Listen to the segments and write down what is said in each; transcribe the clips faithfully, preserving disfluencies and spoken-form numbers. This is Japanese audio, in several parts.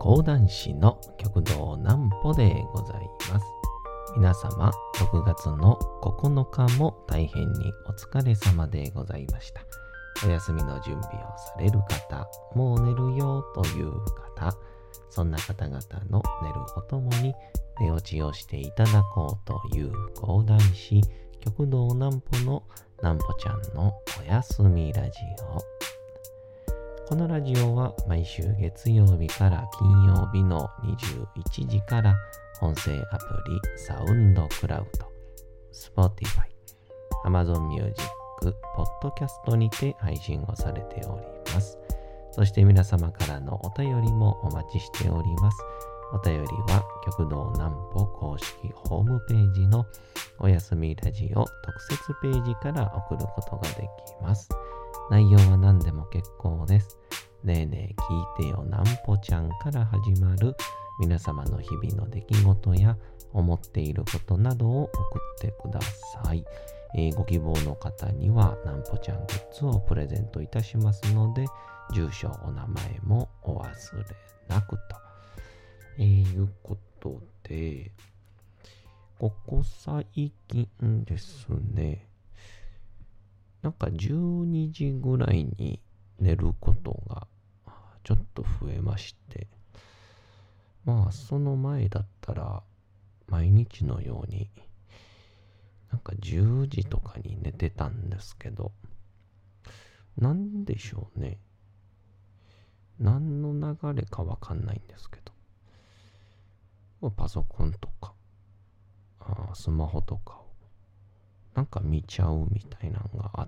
講談師の極道南歩でございます。皆様ろくがつのここのかも大変にお疲れ様でございました。お休みの準備をされる方、もう寝るよという方、そんな方々の寝るおともに寝落ちをしていただこうという講談師極道南歩の南歩ちゃんのおやすみラジオ。このラジオは毎週月曜日から金曜日のにじゅういちじから音声アプリサウンドクラウド、Spotify、Amazon Music、ポッドキャストにて配信をされております。そして皆様からのお便りもお待ちしております。お便りは極道南歩公式ホームページのおやすみラジオ特設ページから送ることができます。内容は何でも結構です。ねえねえ聞いてよ南歩ちゃんから始まる皆様の日々の出来事や思っていることなどを送ってください。えー、ご希望の方には南歩ちゃんグッズをプレゼントいたしますので、住所お名前もお忘れなくと、えー、いうことで、ここ最近ですね、なんかじゅうにじぐらいに寝ることがちょっと増えまして、まあその前だったら毎日のようになんかじゅうじとかに寝てたんですけど、なんでしょうね。何の流れかわかんないんですけど、パソコンとかあスマホとかをなんか見ちゃうみたいなのがあって、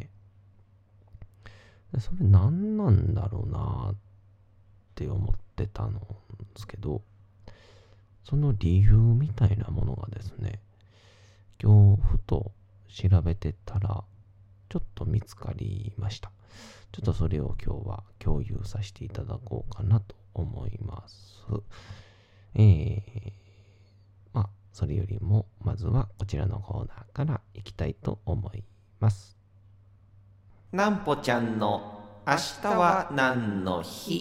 それ何なんだろうなって思ってたんですけど、その理由みたいなものがですね、今日ふと調べてたらちょっと見つかりました。ちょっとそれを今日は共有させていただこうかなと思います。えー、まあそれよりもまずはこちらのコーナーからいきたいと思います。 南歩ちゃんの明日は何の日。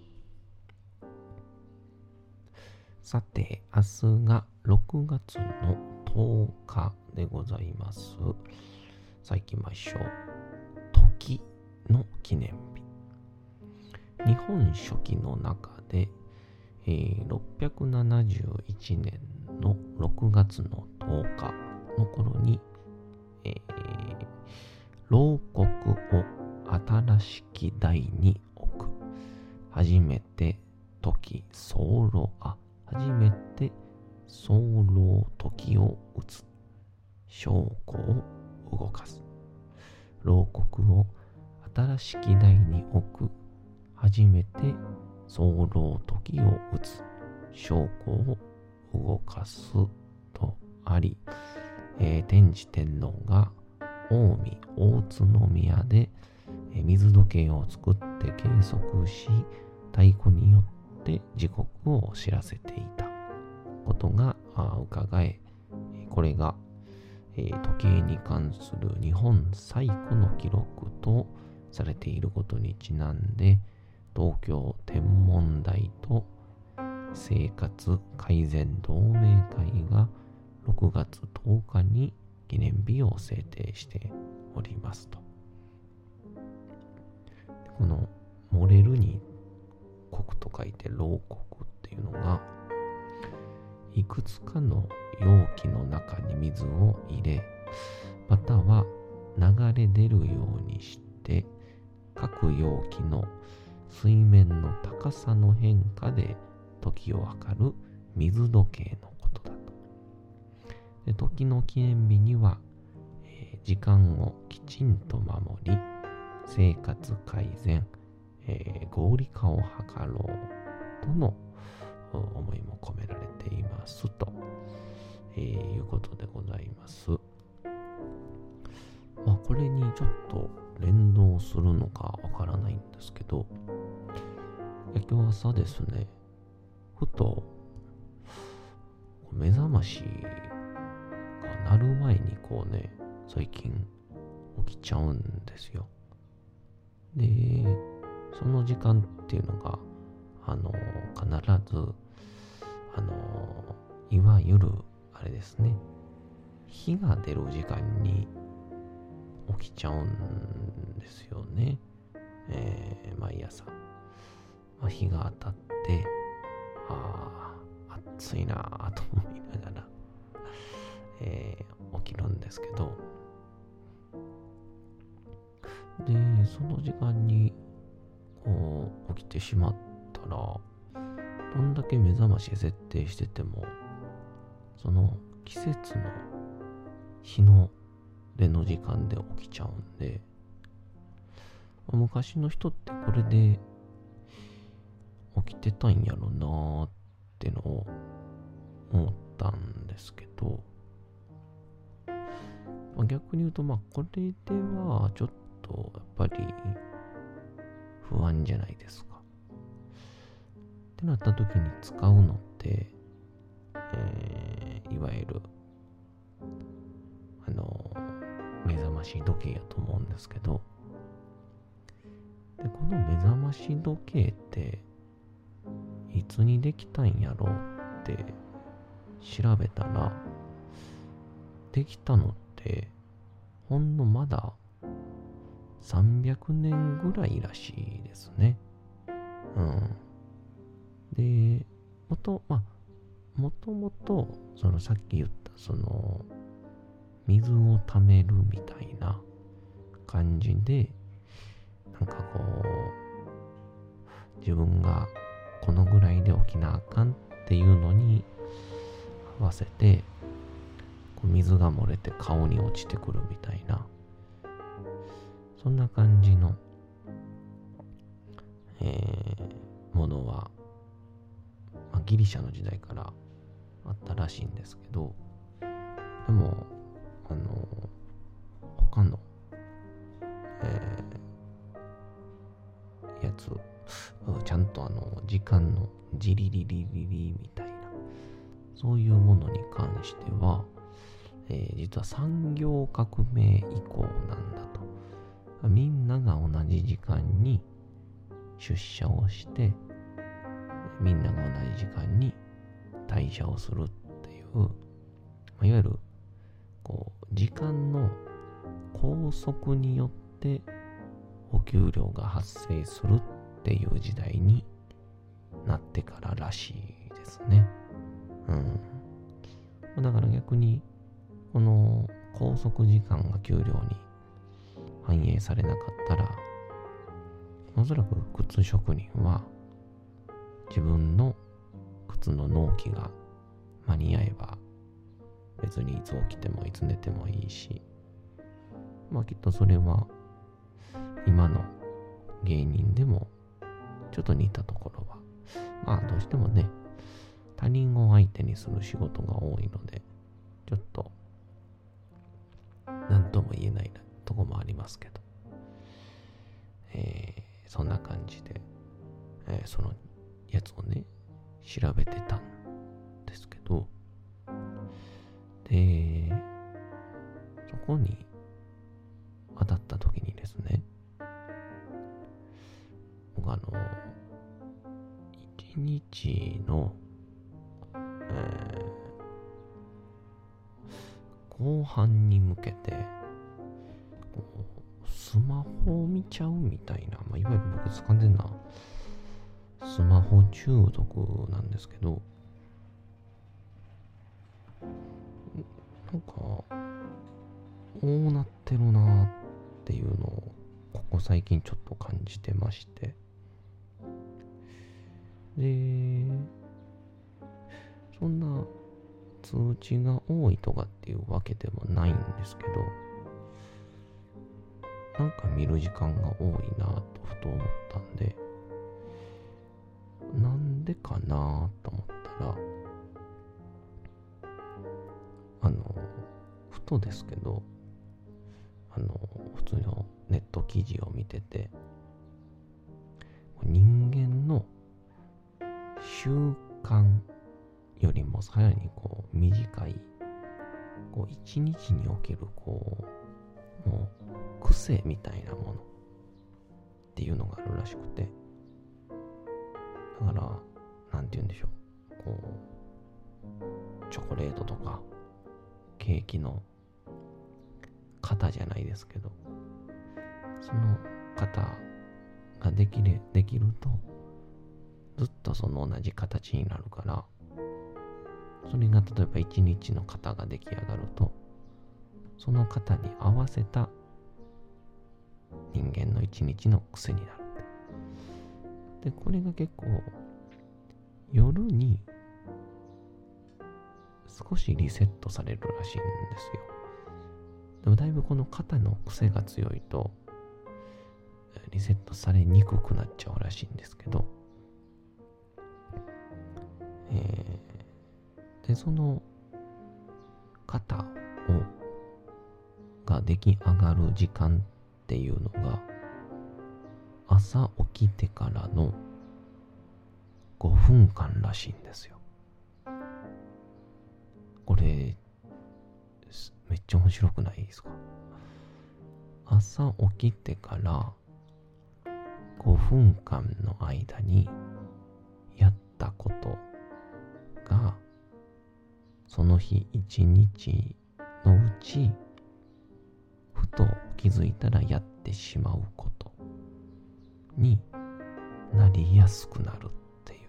さて、明日がろくがつのとおかでございます。さあ行きましょう。時の記念日。日本書紀の中で、えー、ろっぴゃくななじゅういちねんのろくがつのとおかの頃に、えー、牢獄を新しき台に置く。初めて時候あ初めて候時を打つ。証拠を動かす。牢獄を新しき台に置く。初めて候時を打つ。証拠を動かすとあり、えー、天智天皇が近江大津宮で、えー、水時計を作って計測し、太鼓によって時刻を知らせていたことが伺え、これが、えー、時計に関する日本最古の記録とされていることにちなんで、東京天文台と生活改善同盟会がろくがつとおかに記念日を制定しておりますと。この漏れるに刻と書いて牢獄っていうのが、いくつかの容器の中に水を入れ、または流れ出るようにして各容器の水面の高さの変化で時を測る水時計のことだと。で、時の記念日には、えー、時間をきちんと守り、生活改善、えー、合理化を図ろうとの思いも込められていますと、えー、いうことでございます。まあこれにちょっと連動するのかわからないんですけど、今日朝ですね、ふと目覚ましが鳴る前にこうね、最近起きちゃうんですよ。で、その時間っていうのがあの必ずあのいわゆるあれですね、日が出る時間に起きちゃうんですよね。えー、毎朝、まあ、日が当たってああ暑いなぁと思いながら、えー、起きるんですけど、でその時間にこう起きてしまったら、どんだけ目覚まし設定しててもその季節の日の出の時間で起きちゃうんで、昔の人ってこれで起きてたんやろなーってのを思ったんですけど、まあ、逆に言うと、まあこれではちょっとやっぱり不安じゃないですか。ってなった時に使うのって、えー、いわゆるあの目覚まし時計やと思うんですけど、でこの目覚まし時計っていつにできたんやろうって調べたら、できたのってほんのまださんびゃくねんぐらいらしいですね。うん。で、もと、まあ、もともと、そのさっき言った、その、水を溜めるみたいな感じで、なんかこう、自分がこのぐらいで起きなあかんっていうのに合わせて、こう水が漏れて顔に落ちてくるみたいな、そんな感じの、えー、ものは、まあ、ギリシャの時代からあったらしいんですけど、でもあの他の、えー、やつちゃんとあの時間のジリリリリリみたいな、そういうものに関しては、えー、実は産業革命以降なんだと。みんなが同じ時間に出社をして、みんなが同じ時間に退社をするっていう、まあ、いわゆるこう時間の拘束によってお給料が発生するっていう時代になってかららしいですね。うん。だから逆にこの拘束時間が給料に反映されなかったら、おそらく靴職人は自分の靴の納期が間に合えば別にいつ起きてもいつ寝てもいいし、まあきっとそれは今の芸人でもちょっと似たところは、まあどうしてもね、他人を相手にする仕事が多いので、ちょっと何とも言えないとこもありますけど、えー、そんな感じで、えー、そのやつをね調べてたんですけど、でそこに当たった時にですね、僕あの一日の、えー、後半に向けてスマホを見ちゃうみたいな、まあ、いわゆる僕完全なスマホ中毒なんですけど、なんかこうなってるなっていうのをここ最近ちょっと感じてまして、でそんな通知が多いとかっていうわけでもないんですけど、なんか見る時間が多いなとふと思ったんで、なんでかなと思ったら、あのふとですけど、あの普通のネット記事を見てて、人間の習慣よりもさらにこう短い、こう一日におけるこうもう癖みたいなものっていうのがあるらしくて、だからなんて言うんでしょう、こうチョコレートとかケーキの型じゃないですけど、その型ができるできるとずっとその同じ形になるから、それが例えば一日の型が出来上がると、その型に合わせた人間の一日の癖になるって。で、これが結構夜に少しリセットされるらしいんですよ。でもだいぶこの肩の癖が強いとリセットされにくくなっちゃうらしいんですけど、えー、でその肩をが出来上がる時間っていうのが朝起きてからのごふんかんらしいんですよ。これめっちゃ面白くないですか？朝起きてからごふんかんの間にやったことがその日一日のうちふと気づいたらやってしまうことになりやすくなるっていう。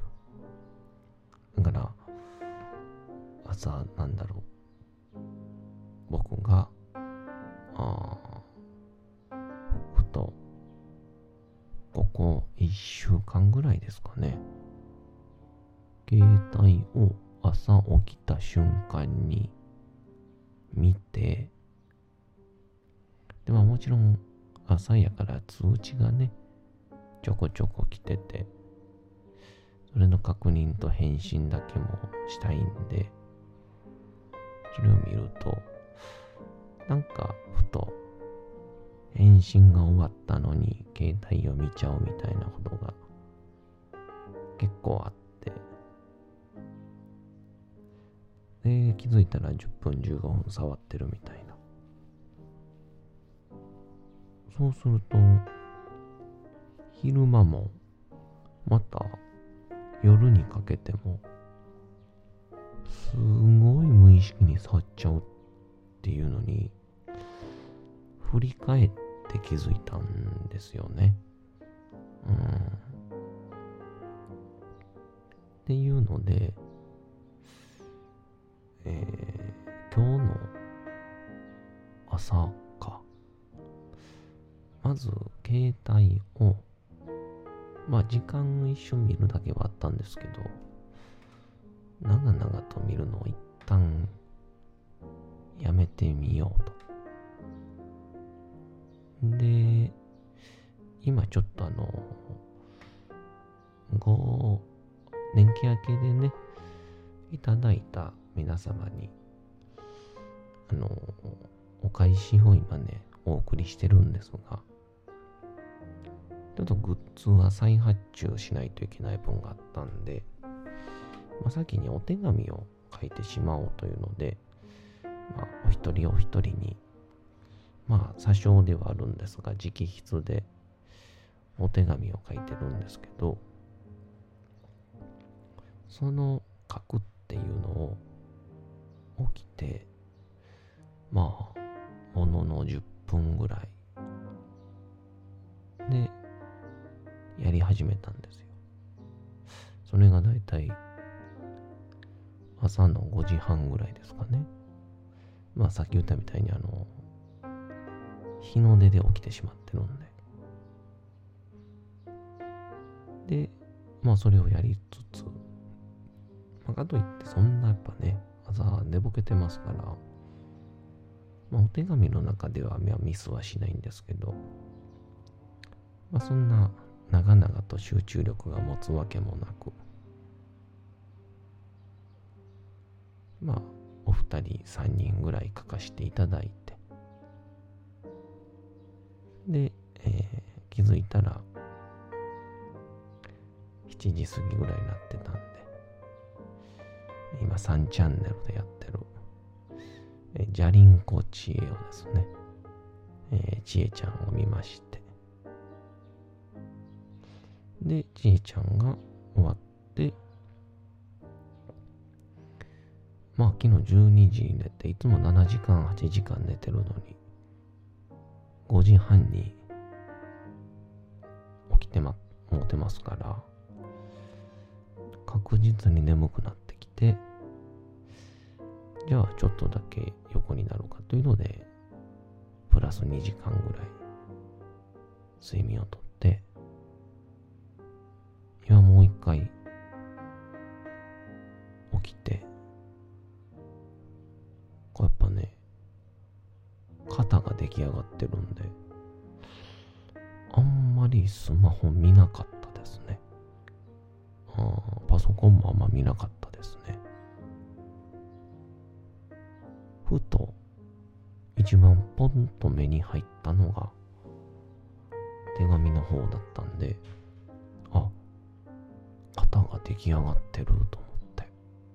だから朝なんだろう、僕があふとここいっしゅうかんぐらいですかね、携帯を朝起きた瞬間に見て、でももちろん朝やから通知がねちょこちょこ来てて、それの確認と返信だけもしたいんで、それを見るとなんかふと返信が終わったのに携帯を見ちゃうみたいなことが結構あって、で気づいたらじゅっぷんじゅうごふん触ってるみたいな。そうすると昼間もまた夜にかけてもすごい無意識に触っちゃうっていうのに振り返って気づいたんですよね。うん。っていうので、えー、今日の朝か、まず携帯をまあ時間一瞬見るだけはあったんですけど、長々と見るのを一旦やめてみようと。で、今ちょっとあのご年季明けでねいただいた皆様にあのお返しを今ねお送りしてるんですが、ちょっとグッズは再発注しないといけない分があったんで、まあ、先にお手紙を書いてしまおうというので、まあ、お一人お一人にまあ、詐称ではあるんですが、直筆でお手紙を書いてるんですけど、その書くっていうのを起きて、まあ、もののじゅっぷんぐらいでやり始めたんですよ。それがだいたい朝のごじはんぐらいですかね。まあ、さっき言ったみたいにあの、日の出で起きてしまってるんで。で、まあそれをやりつつ、まあ、かといってそんなやっぱね、朝寝ぼけてますから、まあお手紙の中ではミスはしないんですけど、まあそんな長々と集中力が持つわけもなく、まあお二人三人ぐらい書かせていただいて、で、えー、気づいたらしちじ過ぎぐらいになってたんで、今さんチャンネルでやってる、えー、じゃりんこ知恵をですね、えー、ちえちゃんを見まして、でちえちゃんが終わってきのじゅうにじに寝て、いつもななじかん、はちじかん寝てるのに、ごじはんに起きてま、もうてますから、確実に眠くなってきて、じゃあちょっとだけ横になるかというので、プラスにじかんぐらい睡眠をとって、今もう一回起きて、これやっぱね、肩が出来上がってるんで、あんまりスマホ見なかったですね。あパソコンもあんま見なかったですね。ふと一番ポンと目に入ったのが手紙の方だったんで、あ、肩が出来上がってると思って、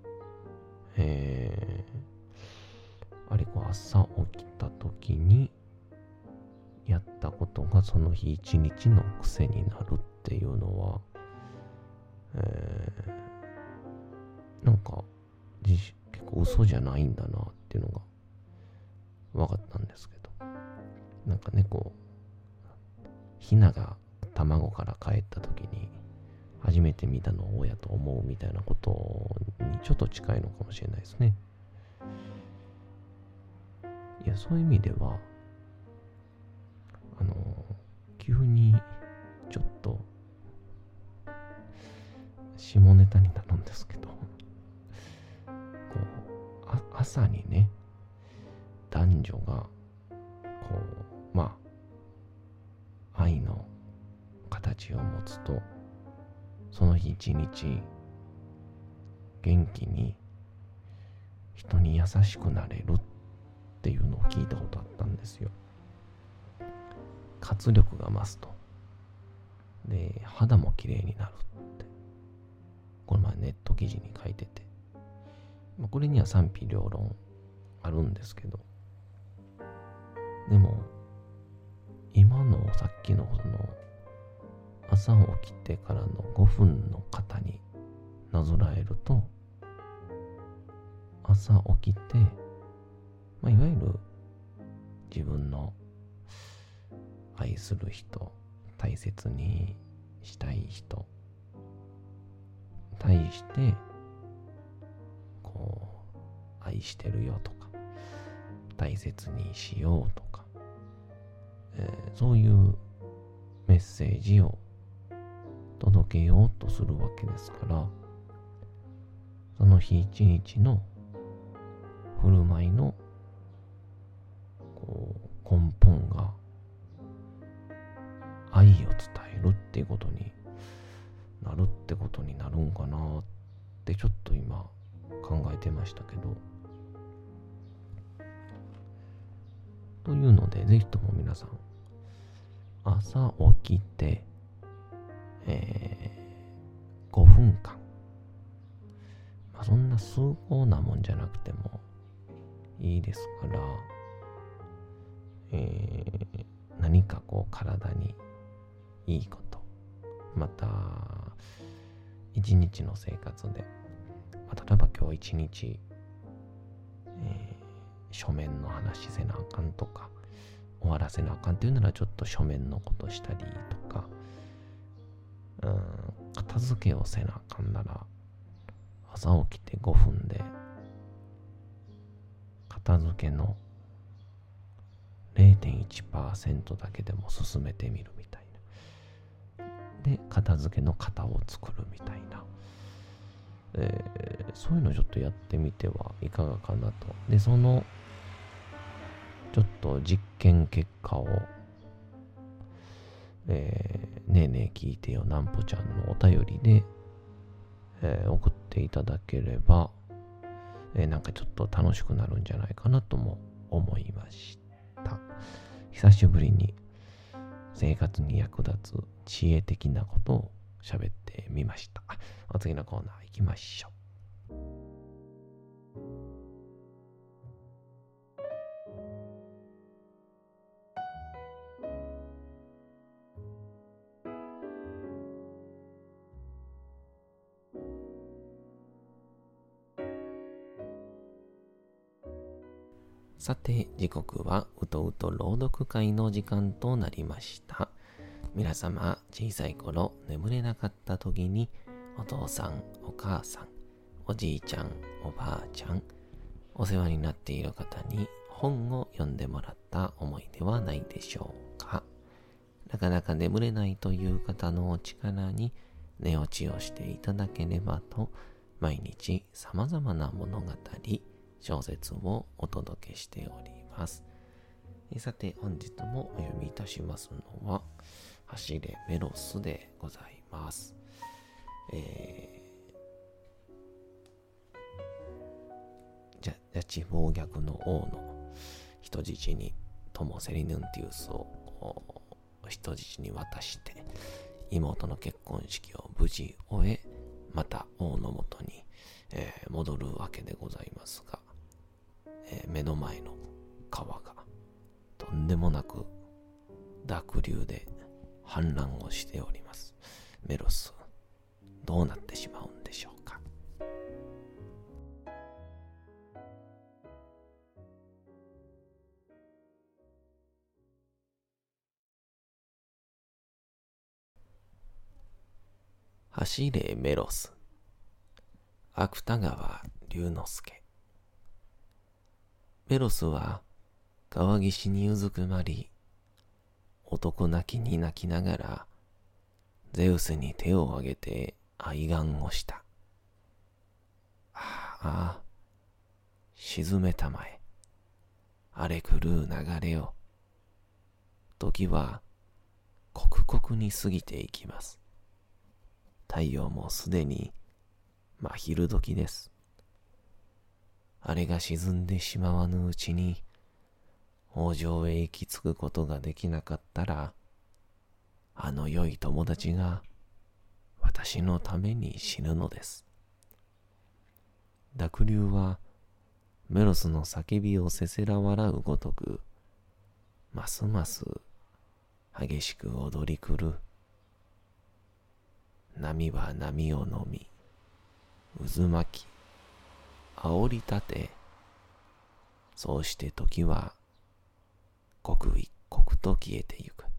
えー、あれこう朝起きた時にやったことがその日一日の癖になるっていうのは、えー、なんか結構嘘じゃないんだなっていうのが分かったんですけど、なんかね、こうヒナが卵から帰った時に初めて見たのを親と思うみたいなことにちょっと近いのかもしれないですね。いや、そういう意味ではあの急にちょっと下ネタになるんですけど、こうあ朝にね、男女がこうまあ愛の形を持つと、その日一日元気に人に優しくなれるっていうのを聞いたことあったんですよ。活力が増すと。で、肌も綺麗になるって。これまあネット記事に書いてて、これには賛否両論あるんですけど、でも今のさっきのその朝起きてからのごふんの方になぞらえると、朝起きて、まあ、いわゆる自分の愛する人、大切にしたい人対してこう愛してるよとか大切にしようとか、えー、そういうメッセージを届けようとするわけですから、その日一日の振る舞いのこう根本が愛を伝えるっていうことになるってことになるんかなってちょっと今考えてましたけど、というのでぜひとも皆さん朝起きて、えー、ごふんかん、まあ、そんな崇高なもんじゃなくてもいいですから、えー、何かこう体にいいこと、また一日の生活で、まあ、例えば今日一日、えー、書面の話せなあかんとか終わらせなあかんっていうならちょっと書面のことしたりとか、うん、片付けをせなあかんなら朝起きてごふんで片付けの れいてんいちパーセント だけでも進めてみるみたいな。で、片付けの型を作るみたいな。えー、そういうのをちょっとやってみてはいかがかなと。で、そのちょっと実験結果を、えー、ねえねえ聞いてよなんぽちゃんのお便りで、えー、送っていただければ、えー、なんかちょっと楽しくなるんじゃないかなとも思いました。久しぶりに生活に役立つ知恵的なことを喋ってみました。お次のコーナー行きましょう。 さて、時刻はうとうと朗読会の時間となりました。皆様、小さい頃眠れなかった時にお父さん、お母さん、おじいちゃん、おばあちゃん、お世話になっている方に本を読んでもらった思いではないでしょうか。なかなか眠れないという方のお力に寝落ちをしていただければと、毎日様々な物語、小説をお届けしております。さて、本日もお読みいたしますのは走れメロスでございます。えー、じゃジャチ暴虐の王の人質にトモ・セリヌンティウスを人質に渡して妹の結婚式を無事終え、また王のもとに、えー、戻るわけでございますが、えー、目の前の川がとんでもなく濁流で氾濫をしております。メロス、どうなってしまうんでしょうか。走れメロス。芥川龍之介。メロスは川岸にうずくまり、男泣きに泣きながらゼウスに手を挙げて哀願をした。ああ、沈めたまえ。荒れ狂う流れを。時は刻々に過ぎていきます。太陽もすでに真昼時です。あれが沈んでしまわぬうちに王城へ行き着くことができなかったら、あの良い友達が私のために死ぬのです。濁流はメロスの叫びをせせら笑うごとく、ますます激しく踊り狂う。波は波を飲み、渦巻き、煽り立て、そうして時は刻一刻と消えてゆく。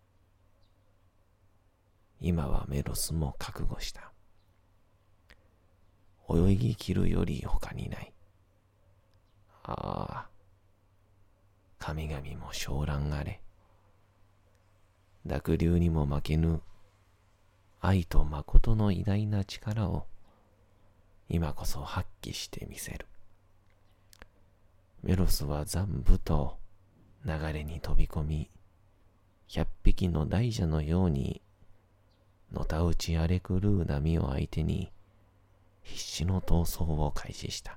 今はメロスも覚悟した。泳ぎ切るより他にない。ああ、神々も昇乱あれ。濁流にも負けぬ愛と誠の偉大な力を今こそ発揮してみせる。メロスは残部と流れに飛び込み、百匹の大蛇のようにのたうち荒れ狂う波を相手に必死の闘争を開始した。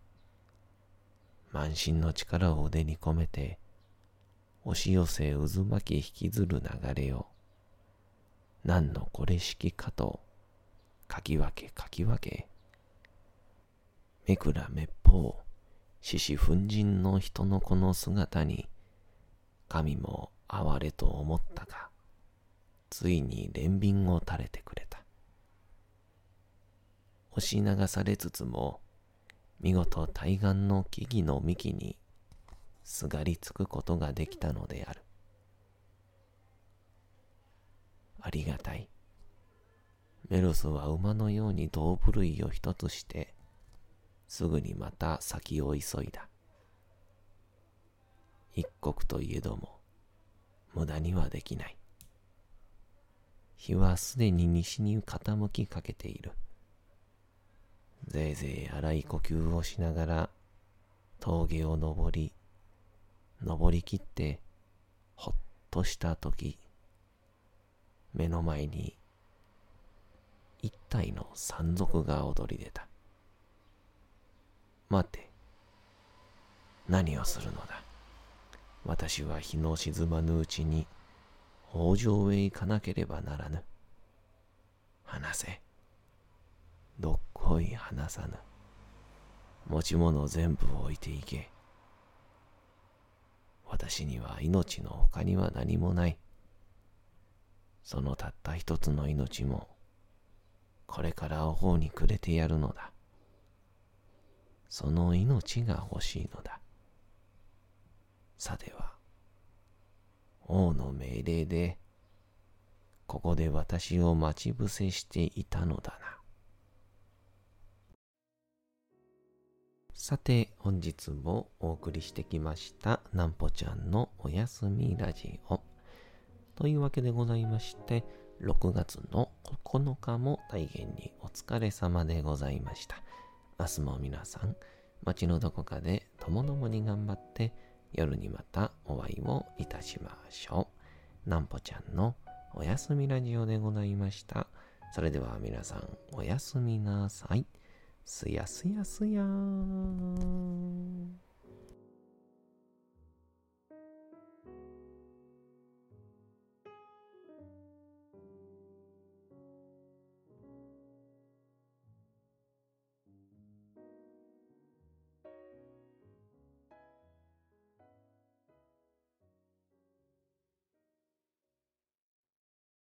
満身の力を腕に込めて押し寄せ渦巻き引きずる流れを何のこれしきかとかき分けかき分け、めくらめっぽう獅子奮陣の人のこの姿に神も哀れと思ったが、ついに憐憫を垂れてくれた。押し流されつつも見事対岸の木々の幹にすがりつくことができたのである。ありがたい。メロスは馬のように胴振るいを一つしてすぐにまた先を急いだ。一刻といえども無駄にはできない。日はすでに西に傾きかけている。ぜいぜい荒い呼吸をしながら峠を登り、登りきってほっとしたとき、目の前に一体の山賊が踊り出た。待て、何をするのだ。私は日の沈まぬうちに王城へ行かなければならぬ。話せ。どっこい話さぬ。持ち物全部置いていけ。私には命の他には何もない。そのたった一つの命もこれから王にくれてやるのだ。その命が欲しいのだ。 さては、王の命令で、ここで私を待ち伏せしていたのだな。さて、本日もお送りしてきました、なんぽちゃんのおやすみラジオ。というわけでございまして、ろくがつのここのかも大変にお疲れ様でございました。明日も皆さん、街のどこかでともどもに頑張って、夜にまたお会いをいたしましょう。なんぽちゃんのおやすみラジオでございました。それでは皆さん、おやすみなさい。すやすやすやーん。